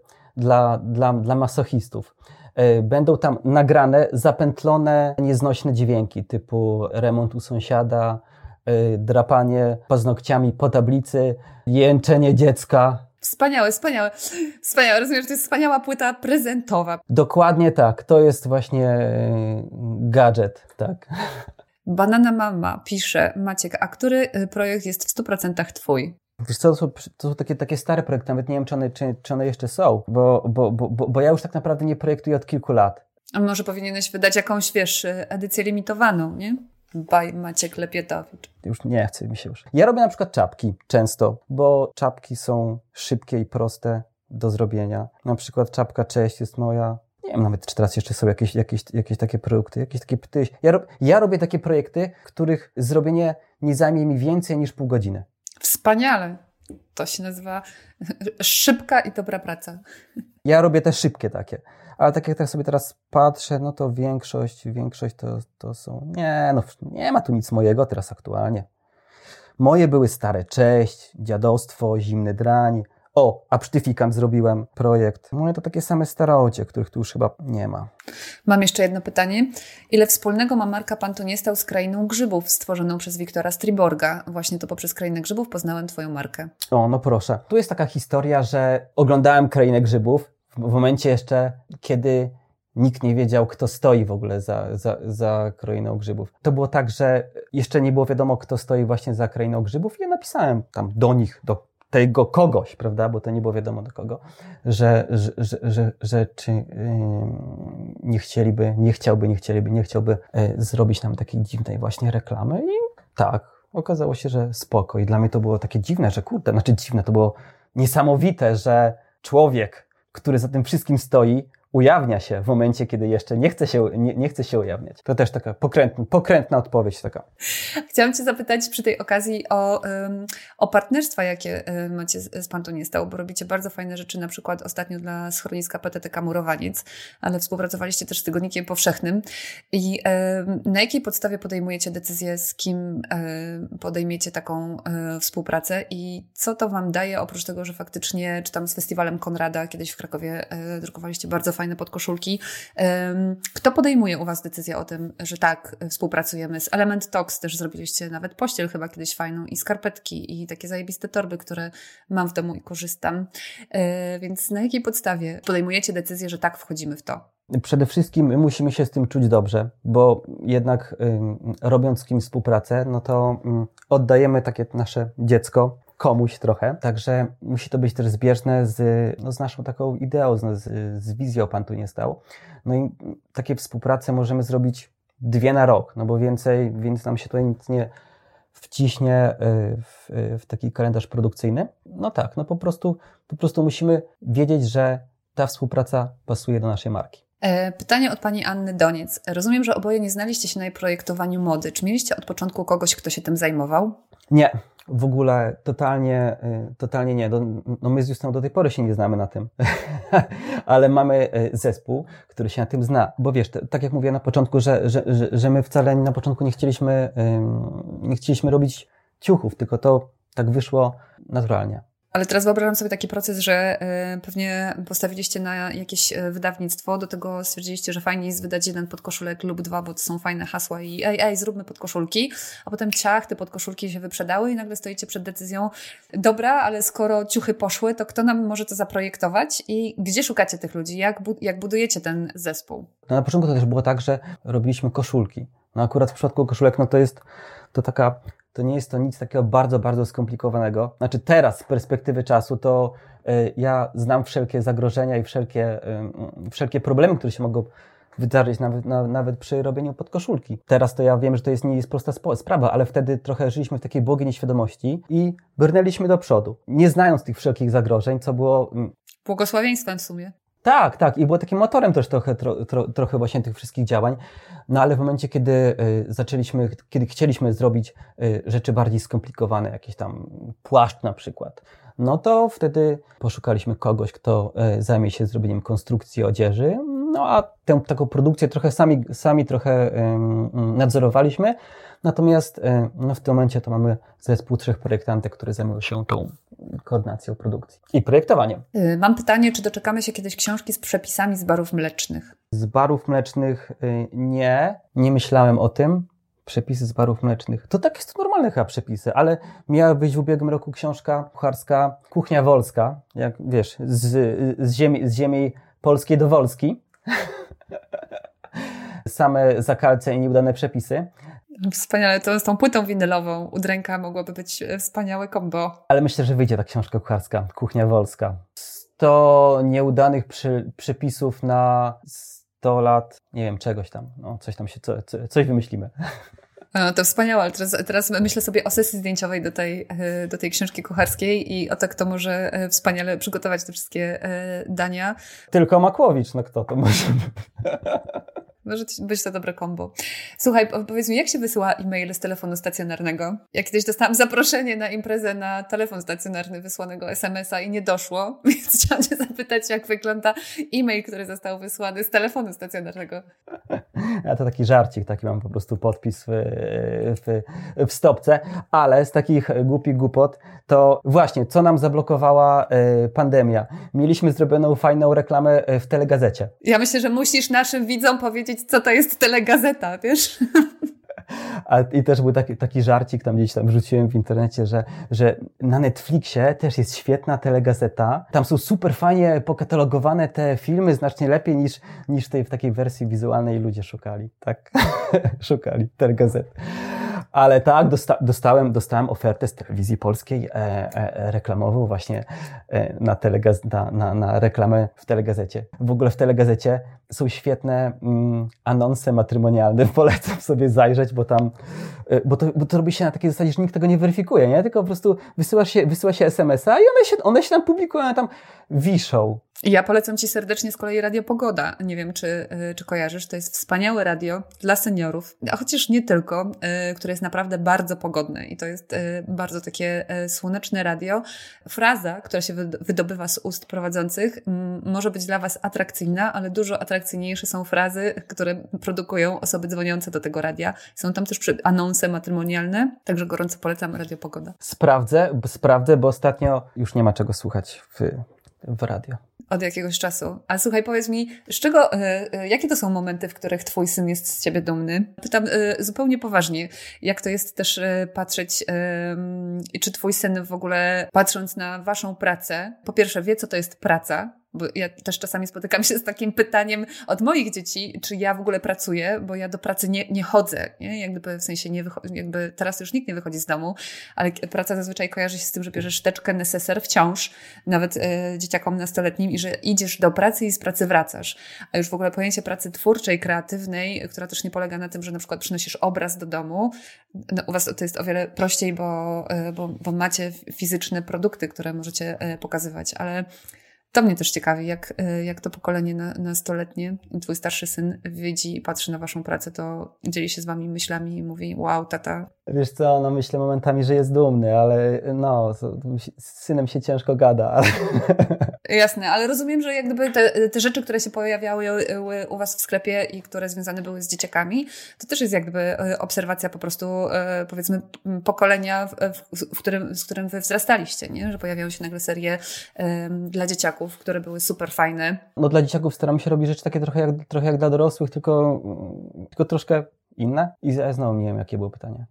Speaker 2: dla masochistów. Będą tam nagrane, zapętlone, nieznośne dźwięki typu remont u sąsiada, drapanie paznokciami po tablicy, jęczenie dziecka.
Speaker 1: Wspaniałe. Rozumiem, że to jest wspaniała płyta prezentowa.
Speaker 2: Dokładnie tak. To jest właśnie gadżet, tak.
Speaker 1: Banana Mama pisze, Maciek, a który projekt jest w 100% twój?
Speaker 2: Wiesz co, to są takie stare projekty, nawet nie wiem, czy one jeszcze są, bo ja już tak naprawdę nie projektuję od kilku lat.
Speaker 1: A może powinieneś wydać jakąś, edycję limitowaną, nie? By Maciek Lepietowicz.
Speaker 2: Już nie chce mi się już. Ja robię na przykład czapki często, bo czapki są szybkie i proste do zrobienia. Na przykład czapka Cześć jest moja. Nie wiem nawet, czy teraz jeszcze są jakieś takie produkty, jakieś takie ja robię takie projekty, których zrobienie nie zajmie mi więcej niż pół godziny.
Speaker 1: Wspaniale. To się nazywa szybka i dobra praca.
Speaker 2: Ja robię te szybkie takie. Ale tak jak tak sobie teraz patrzę, no to większość to są... Nie ma tu nic mojego teraz aktualnie. Moje były stare Cześć, Dziadostwo, Zimny drań. A Psztyfikant zrobiłem projekt. Moje to takie same starocie, których tu już chyba nie ma.
Speaker 1: Mam jeszcze jedno pytanie. Ile wspólnego ma marka Pan tu nie stał z Krainą Grzybów, stworzoną przez Wiktora Striborga? Właśnie to poprzez Krainę Grzybów poznałem twoją markę.
Speaker 2: No proszę. Tu jest taka historia, że oglądałem Krainę Grzybów w momencie jeszcze, kiedy nikt nie wiedział, kto stoi w ogóle za Krainą Grzybów. To było tak, że jeszcze nie było wiadomo, kto stoi właśnie za Krainą Grzybów i ja napisałem tam do nich, do tego kogoś, prawda, bo to nie było wiadomo do kogo, że czy nie chciałby zrobić nam takiej dziwnej właśnie reklamy i tak, okazało się, że spoko i dla mnie to było takie dziwne, że to było niesamowite, że człowiek, który za tym wszystkim stoi, ujawnia się w momencie, kiedy jeszcze nie chce się ujawniać. To też taka pokrętna odpowiedź taka.
Speaker 1: Chciałam Cię zapytać przy tej okazji o partnerstwa, jakie macie z Pan tu nie stał, bo robicie bardzo fajne rzeczy, na przykład ostatnio dla schroniska PTTK Murowaniec, ale współpracowaliście też z Tygodnikiem Powszechnym. I na jakiej podstawie podejmujecie decyzję, z kim podejmiecie taką współpracę i co to Wam daje, oprócz tego, że faktycznie, czy tam z Festiwalem Konrada, kiedyś w Krakowie drukowaliście bardzo fajne podkoszulki. Kto podejmuje u Was decyzję o tym, że tak, współpracujemy? Z Element Talks też zrobiliście nawet pościel chyba kiedyś fajną i skarpetki i takie zajebiste torby, które mam w domu i korzystam. Więc na jakiej podstawie podejmujecie decyzję, że tak, wchodzimy w to?
Speaker 2: Przede wszystkim my musimy się z tym czuć dobrze, bo jednak robiąc z kimś współpracę, no to oddajemy takie nasze dziecko komuś trochę, także musi to być też zbieżne z naszą taką ideą, z wizją Pan tu nie stał. No i takie współprace możemy zrobić 2 na rok, no bo więcej nam się tutaj nic nie wciśnie w taki kalendarz produkcyjny. No tak, no po prostu musimy wiedzieć, że ta współpraca pasuje do naszej marki.
Speaker 1: Pytanie od pani Anny Doniec. Rozumiem, że oboje nie znaliście się na projektowaniu mody. Czy mieliście od początku kogoś, kto się tym zajmował?
Speaker 2: Nie, w ogóle totalnie nie. No my z Justyną do tej pory się nie znamy na tym, ale mamy zespół, który się na tym zna. Bo wiesz, tak jak mówię na początku, że my wcale na początku nie chcieliśmy robić ciuchów, tylko to tak wyszło naturalnie.
Speaker 1: Ale teraz wyobrażam sobie taki proces, że pewnie postawiliście na jakieś wydawnictwo, do tego stwierdziliście, że fajnie jest wydać 1 podkoszulek lub 2, bo to są fajne hasła i zróbmy podkoszulki, a potem te podkoszulki się wyprzedały i nagle stoicie przed decyzją, dobra, ale skoro ciuchy poszły, to kto nam może to zaprojektować i gdzie szukacie tych ludzi, jak budujecie ten zespół?
Speaker 2: No na początku to też było tak, że robiliśmy koszulki. No akurat w przypadku koszulek, no to nie jest to nic takiego bardzo, bardzo skomplikowanego. Znaczy teraz z perspektywy czasu to ja znam wszelkie zagrożenia i wszelkie problemy, które się mogą wydarzyć nawet przy robieniu podkoszulki. Teraz to ja wiem, że to nie jest prosta sprawa, ale wtedy trochę żyliśmy w takiej błogiej nieświadomości i brnęliśmy do przodu, nie znając tych wszelkich zagrożeń, co było...
Speaker 1: Błogosławieństwem w sumie.
Speaker 2: Tak. I było takim motorem też trochę właśnie tych wszystkich działań. No ale w momencie, kiedy kiedy chcieliśmy zrobić rzeczy bardziej skomplikowane, jakiś tam płaszcz na przykład, no to wtedy poszukaliśmy kogoś, kto zajmie się zrobieniem konstrukcji odzieży, no a tę taką produkcję trochę sami trochę nadzorowaliśmy, natomiast no w tym momencie to mamy zespół 3 projektantek, które zajmują się tą koordynacją produkcji i projektowaniem.
Speaker 1: Mam pytanie, czy doczekamy się kiedyś książki z przepisami z barów mlecznych?
Speaker 2: Z barów mlecznych nie myślałem o tym. Przepisy z barów mlecznych. To takie są normalne chyba przepisy, ale miała być w ubiegłym roku książka kucharska Kuchnia Wolska, jak wiesz, z ziemi polskiej do Wolski. Same zakalce i nieudane przepisy.
Speaker 1: Wspaniale, to z tą płytą winylową Udręka mogłoby być wspaniałe kombo.
Speaker 2: Ale myślę, że wyjdzie ta książka kucharska Kuchnia Wolska. 100 nieudanych przepisów na 100 lat, nie wiem, czegoś tam, no coś wymyślimy.
Speaker 1: No, to wspaniałe, ale teraz myślę sobie o sesji zdjęciowej do tej książki kucharskiej i o to, kto może wspaniale przygotować te wszystkie dania.
Speaker 2: Tylko Makłowicz, no kto to może?
Speaker 1: Może być to dobre kombo. Słuchaj, powiedz mi, jak się wysyła e-mail z telefonu stacjonarnego? Ja kiedyś dostałam zaproszenie na imprezę na telefon stacjonarny wysłanego SMS-a i nie doszło, więc chciałam cię zapytać, jak wygląda e-mail, który został wysłany z telefonu stacjonarnego.
Speaker 2: Ja to taki żarcik, taki mam po prostu podpis w stopce, ale z takich głupich głupot to właśnie, co nam zablokowała pandemia. Mieliśmy zrobioną fajną reklamę w telegazecie.
Speaker 1: Ja myślę, że musisz naszym widzom powiedzieć, co to jest telegazeta, wiesz?
Speaker 2: I też był taki żarcik, tam gdzieś tam wrzuciłem w internecie, że na Netflixie też jest świetna telegazeta. Tam są super fajnie pokatalogowane te filmy, znacznie lepiej niż w takiej wersji wizualnej ludzie szukali. Tak, szukali telegazety. Ale tak, dostałem ofertę z telewizji polskiej reklamową właśnie na reklamę w telegazecie. W ogóle w telegazecie są świetne anonse matrymonialne. Polecam sobie zajrzeć, bo to robi się na takiej zasadzie, że nikt tego nie weryfikuje, nie? Tylko po prostu wysyła się SMS-a i one się tam publikują, one tam wiszą.
Speaker 1: Ja polecam Ci serdecznie z kolei Radio Pogoda. Nie wiem, czy kojarzysz. To jest wspaniałe radio dla seniorów, a chociaż nie tylko, które jest naprawdę bardzo pogodne i to jest bardzo takie słoneczne radio. Fraza, która się wydobywa z ust prowadzących, może być dla Was atrakcyjna, ale dużo atrakcyjniejsze są frazy, które produkują osoby dzwoniące do tego radia. Są tam też anonse matrymonialne, także gorąco polecam Radio Pogoda.
Speaker 2: Sprawdzę, bo ostatnio już nie ma czego słuchać w radio.
Speaker 1: Od jakiegoś czasu. A słuchaj, powiedz mi, jakie to są momenty, w których twój syn jest z ciebie dumny? Pytam zupełnie poważnie, jak to jest też patrzeć, czy twój syn w ogóle, patrząc na waszą pracę, po pierwsze wie, co to jest praca, bo ja też czasami spotykam się z takim pytaniem od moich dzieci, czy ja w ogóle pracuję, bo ja do pracy nie chodzę, nie? Jakby w sensie jakby teraz już nikt nie wychodzi z domu, ale praca zazwyczaj kojarzy się z tym, że bierzesz teczkę neseser wciąż, nawet dzieciakom nastoletnim i że idziesz do pracy i z pracy wracasz. A już w ogóle pojęcie pracy twórczej, kreatywnej, która też nie polega na tym, że na przykład przynosisz obraz do domu. No, u was to jest o wiele prościej, bo macie fizyczne produkty, które możecie pokazywać, ale to mnie też ciekawi, jak to pokolenie nastoletnie, twój starszy syn widzi i patrzy na waszą pracę, to dzieli się z wami myślami i mówi, wow, tata.
Speaker 2: Wiesz co, no myślę momentami, że jest dumny, ale no, z synem się ciężko gada. Ale...
Speaker 1: Jasne, ale rozumiem, że jak gdyby te rzeczy, które się pojawiały u was w sklepie i które związane były z dzieciakami, to też jest jak gdyby obserwacja po prostu, powiedzmy, pokolenia, z którym wy wzrastaliście, nie? Że pojawiają się nagle serie dla dzieciaków, które były super fajne.
Speaker 2: No dla dzieciaków staramy się robić rzeczy takie trochę jak dla dorosłych, tylko troszkę inne. I znowu nie wiem, jakie było pytanie.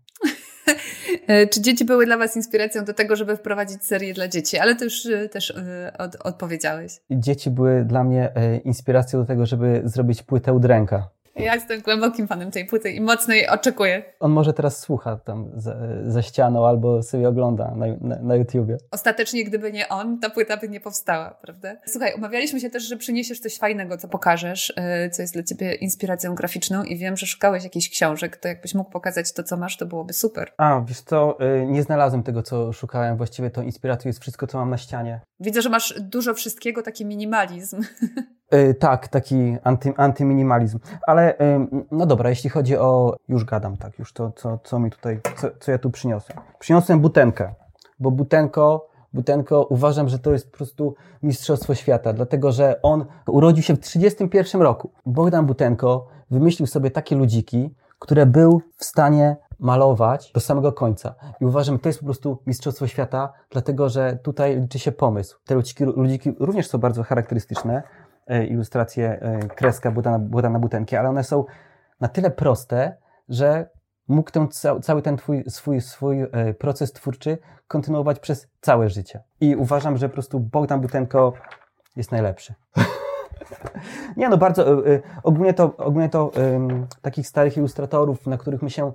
Speaker 1: Czy dzieci były dla was inspiracją do tego, żeby wprowadzić serię dla dzieci? Ale to już też odpowiedziałeś.
Speaker 2: Dzieci były dla mnie inspiracją do tego, żeby zrobić płytę Udręka.
Speaker 1: Ja jestem głębokim fanem tej płyty i mocno jej oczekuję.
Speaker 2: On może teraz słucha tam za ścianą albo sobie ogląda na YouTubie.
Speaker 1: Ostatecznie, gdyby nie on, ta płyta by nie powstała, prawda? Słuchaj, umawialiśmy się też, że przyniesiesz coś fajnego, co pokażesz, co jest dla ciebie inspiracją graficzną i wiem, że szukałeś jakichś książek, to jakbyś mógł pokazać to, co masz, to byłoby super.
Speaker 2: A, wiesz co, nie znalazłem tego, co szukałem. Właściwie tą inspiracją jest wszystko, co mam na ścianie.
Speaker 1: Widzę, że masz dużo wszystkiego, taki minimalizm.
Speaker 2: Tak, taki antyminimalizm. Ale no dobra, jeśli chodzi o... Już gadam, tak, już to, co mi tutaj, co ja tu przyniosłem. Przyniosłem Butenkę, bo Butenko uważam, że to jest po prostu mistrzostwo świata, dlatego że on urodził się w 1931 roku. Bogdan Butenko wymyślił sobie takie ludziki, które był w stanie malować do samego końca. I uważam, że to jest po prostu mistrzostwo świata, dlatego że tutaj liczy się pomysł. Te ludziki również są bardzo charakterystyczne, ilustracje, kreska Bogdana Butenki, ale one są na tyle proste, że mógł cały ten swój proces twórczy kontynuować przez całe życie. I uważam, że po prostu Bogdan Butenko jest najlepszy. Nie no, bardzo, ogólnie to takich starych ilustratorów, na których my się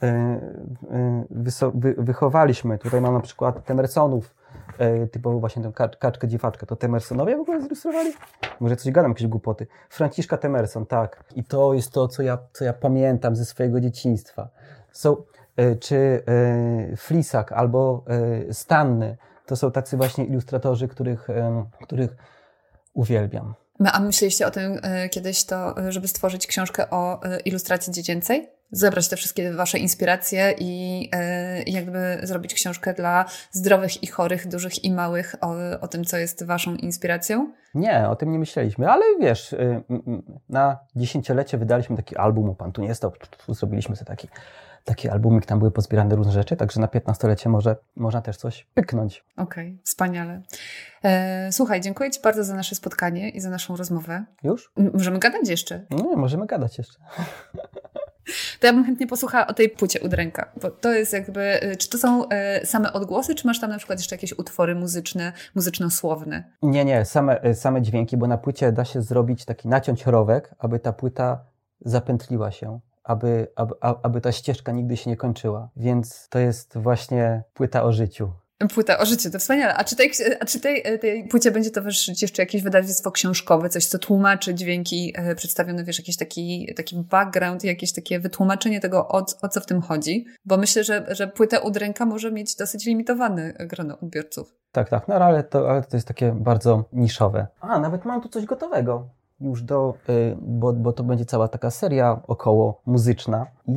Speaker 2: wychowaliśmy. Tutaj mam na przykład Temersonów, typowo właśnie tę kaczkę dziwaczkę. To Temersonowie w ogóle zilustrowali? Może coś gadam, jakieś głupoty. Franciszka Temerson, tak. I to jest to, co ja pamiętam ze swojego dzieciństwa. Czy Flisak albo Stanny, to są tacy właśnie ilustratorzy, których uwielbiam.
Speaker 1: A myśleliście o tym kiedyś, żeby stworzyć książkę o ilustracji dziecięcej? Zebrać te wszystkie wasze inspiracje i jakby zrobić książkę dla zdrowych i chorych, dużych i małych o tym, co jest waszą inspiracją?
Speaker 2: Nie, o tym nie myśleliśmy, ale wiesz, na 10-lecie wydaliśmy taki album, Pan tu nie stał, zrobiliśmy sobie taki albumik, tam były pozbierane różne rzeczy, także na 15-lecie można też coś pyknąć.
Speaker 1: Okej, wspaniale. Słuchaj, dziękuję ci bardzo za nasze spotkanie i za naszą rozmowę.
Speaker 2: Już?
Speaker 1: Możemy gadać jeszcze?
Speaker 2: Nie, możemy gadać jeszcze.
Speaker 1: To ja bym chętnie posłuchała o tej płycie Udręka, bo to jest jakby, czy to są same odgłosy, czy masz tam na przykład jeszcze jakieś utwory muzyczne, muzyczno-słowne?
Speaker 2: Nie, same dźwięki, bo na płycie da się zrobić naciąć rowek, aby ta płyta zapętliła się, aby ta ścieżka nigdy się nie kończyła, więc to jest właśnie płyta o życiu.
Speaker 1: Płyta o życiu, to wspaniale. A czy tej płycie będzie towarzyszyć jeszcze jakieś wydawnictwo książkowe, coś, co tłumaczy dźwięki przedstawione, wiesz, jakiś taki background, jakieś takie wytłumaczenie tego, o co w tym chodzi? Bo myślę, że płyta Udręka może mieć dosyć limitowane grono odbiorców. Tak,
Speaker 2: no ale to jest takie bardzo niszowe. Nawet mam tu coś gotowego. Już bo to będzie cała taka seria około muzyczna. I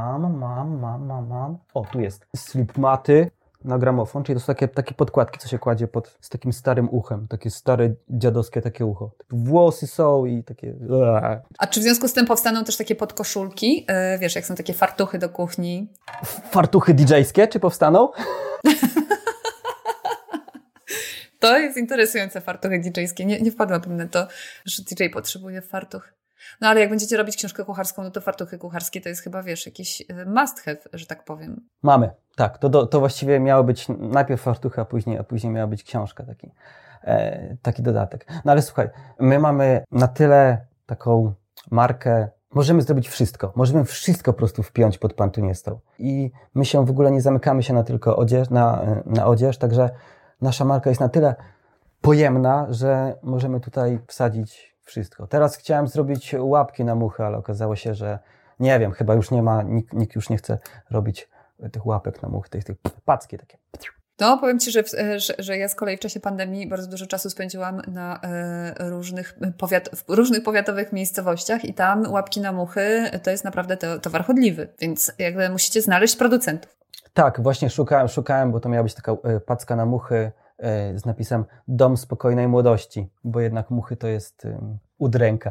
Speaker 2: mam. O, tu jest. Slipmaty na gramofon, czyli to są takie podkładki, co się kładzie z takim starym uchem. Takie stare, dziadowskie takie ucho. Włosy są i takie...
Speaker 1: A czy w związku z tym powstaną też takie podkoszulki? Wiesz, jak są takie fartuchy do kuchni?
Speaker 2: Fartuchy DJ-skie czy powstaną?
Speaker 1: To jest interesujące, fartuchy DJ-skie. Nie wpadłabym na to, że DJ potrzebuje fartuch. No ale jak będziecie robić książkę kucharską, no to fartuchy kucharskie to jest chyba, wiesz, jakiś must have, że tak powiem.
Speaker 2: Mamy, tak. To właściwie miało być najpierw fartuchy, a później miała być książka, taki dodatek. No ale słuchaj, my mamy na tyle taką markę, możemy zrobić wszystko. Możemy wszystko po prostu wpiąć pod Pan tu nie stał. I my się w ogóle nie zamykamy się na tylko na odzież, także nasza marka jest na tyle pojemna, że możemy tutaj wsadzić wszystko. Teraz chciałem zrobić łapki na muchy, ale okazało się, że nie wiem, chyba już nie ma, nikt już nie chce robić tych łapek na muchy, tych packie takie.
Speaker 1: No, powiem ci, że ja z kolei w czasie pandemii bardzo dużo czasu spędziłam na różnych powiatowych miejscowościach i tam łapki na muchy to jest naprawdę towar chodliwy, więc jakby musicie znaleźć producentów.
Speaker 2: Tak, właśnie szukałem, bo to miała być taka packa na muchy z napisem Dom spokojnej młodości, bo jednak muchy to jest Udręka.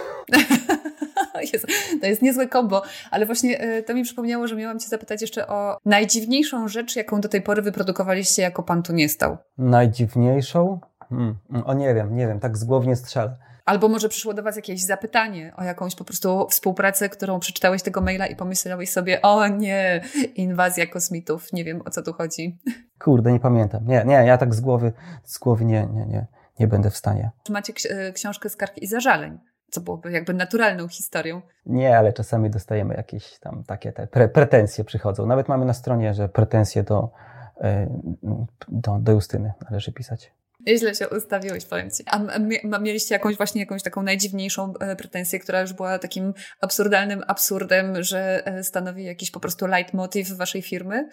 Speaker 1: To jest niezłe kombo, ale właśnie to mi przypomniało, że miałam cię zapytać jeszcze o najdziwniejszą rzecz, jaką do tej pory wyprodukowaliście jako Pan tu nie stał.
Speaker 2: Najdziwniejszą? Nie wiem, tak z głowy nie strzelę.
Speaker 1: Albo może przyszło do was jakieś zapytanie o jakąś po prostu współpracę, którą przeczytałeś tego maila i pomyślałeś sobie, o nie, inwazja kosmitów, nie wiem o co tu chodzi.
Speaker 2: Kurde, nie pamiętam. Nie, ja tak z głowy nie będę w stanie.
Speaker 1: Czy macie książkę Skarg i zażaleń, co byłoby jakby naturalną historią?
Speaker 2: Nie, ale czasami dostajemy jakieś tam takie pretensje przychodzą. Nawet mamy na stronie, że pretensje do Justyny należy pisać.
Speaker 1: Nieźle się ustawiłeś, powiem Ci. A mieliście jakąś taką najdziwniejszą pretensję, która już była takim absurdalnym absurdem, że stanowi jakiś po prostu leitmotiv waszej firmy?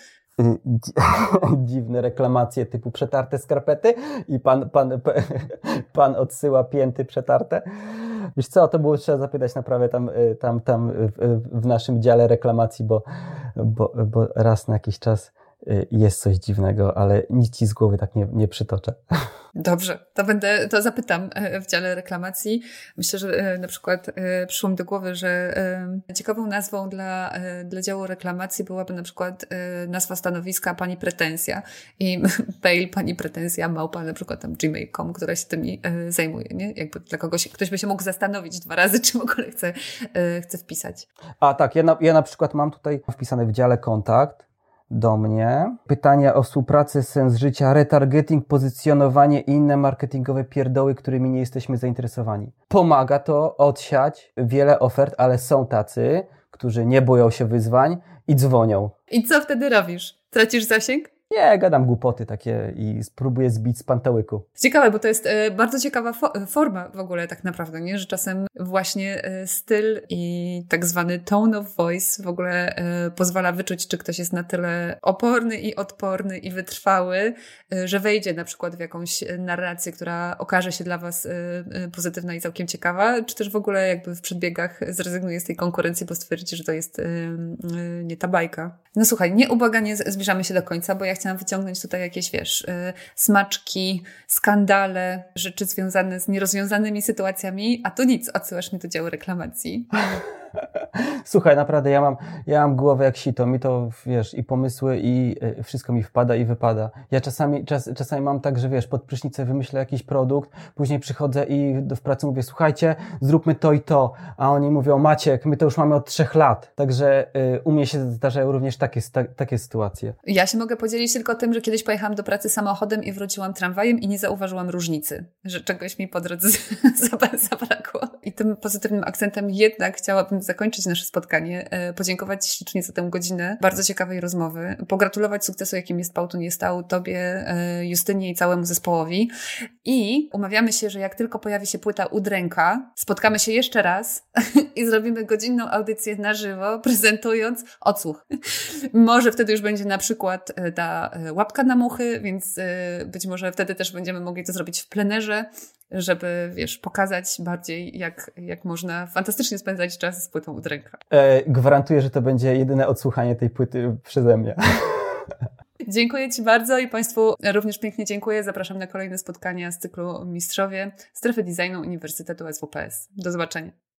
Speaker 2: Dziwne reklamacje typu przetarte skarpety i pan odsyła pięty przetarte. Wiesz co, to było trzeba zapytać naprawdę tam w naszym dziale reklamacji, bo raz na jakiś czas jest coś dziwnego, ale nic ci z głowy tak nie przytoczę.
Speaker 1: Dobrze, to zapytam w dziale reklamacji. Myślę, że na przykład przyszło mi do głowy, że ciekawą nazwą dla działu reklamacji byłaby na przykład nazwa stanowiska pani pretensja i mail pani pretensja małpa na przykład tam gmail.com, która się tymi zajmuje, nie? Jakby dla kogoś, ktoś by się mógł zastanowić 2 razy, czy w ogóle chce wpisać.
Speaker 2: A tak, ja na przykład mam tutaj wpisane w dziale kontakt do mnie pytania o współpracę, sens życia, retargeting, pozycjonowanie i inne marketingowe pierdoły, którymi nie jesteśmy zainteresowani. Pomaga to odsiać wiele ofert, ale są tacy, którzy nie boją się wyzwań i dzwonią.
Speaker 1: I co wtedy robisz? Tracisz zasięg?
Speaker 2: Nie, gadam głupoty takie i spróbuję zbić z pantełyku.
Speaker 1: Ciekawe, bo to jest bardzo ciekawa forma w ogóle tak naprawdę, nie? Że czasem właśnie styl i tak zwany tone of voice w ogóle pozwala wyczuć, czy ktoś jest na tyle oporny i odporny i wytrwały, że wejdzie na przykład w jakąś narrację, która okaże się dla was pozytywna i całkiem ciekawa, czy też w ogóle jakby w przedbiegach zrezygnuje z tej konkurencji, bo stwierdzi, że to jest nie ta bajka. No słuchaj, nieubłaganie zbliżamy się do końca, bo ja chciałam wyciągnąć tutaj jakieś, smaczki, skandale, rzeczy związane z nierozwiązanymi sytuacjami, a to nic, odsyłasz mnie do działu reklamacji.
Speaker 2: Słuchaj, naprawdę, ja mam głowę jak sito, mi to, i pomysły i wszystko mi wpada i wypada. Ja czasami mam tak, że pod prysznicę wymyślę jakiś produkt, później przychodzę i w pracy mówię, słuchajcie, zróbmy to i to, a oni mówią, Maciek, my to już mamy od 3 lat, także u mnie się zdarzają również takie sytuacje.
Speaker 1: Ja się mogę podzielić tylko tym, że kiedyś pojechałam do pracy samochodem i wróciłam tramwajem i nie zauważyłam różnicy, że czegoś mi po drodze zabrakło. I tym pozytywnym akcentem jednak chciałabym zakończyć nasze spotkanie, podziękować ślicznie za tę godzinę bardzo ciekawej rozmowy, pogratulować sukcesu, jakim jest Pał Tu Nie Stał, Tobie, Justynie i całemu zespołowi i umawiamy się, że jak tylko pojawi się płyta Udręka, spotkamy się jeszcze raz i zrobimy godzinną audycję na żywo, prezentując odsłuch. Może wtedy już będzie na przykład ta łapka na muchy, więc być może wtedy też będziemy mogli to zrobić w plenerze, żeby, pokazać bardziej, jak można fantastycznie spędzać czas z płytą Udręka.
Speaker 2: Gwarantuję, że to będzie jedyne odsłuchanie tej płyty przeze mnie.
Speaker 1: Dziękuję Ci bardzo i Państwu również pięknie dziękuję. Zapraszam na kolejne spotkania z cyklu Mistrzowie Strefy Designu Uniwersytetu SWPS. Do zobaczenia.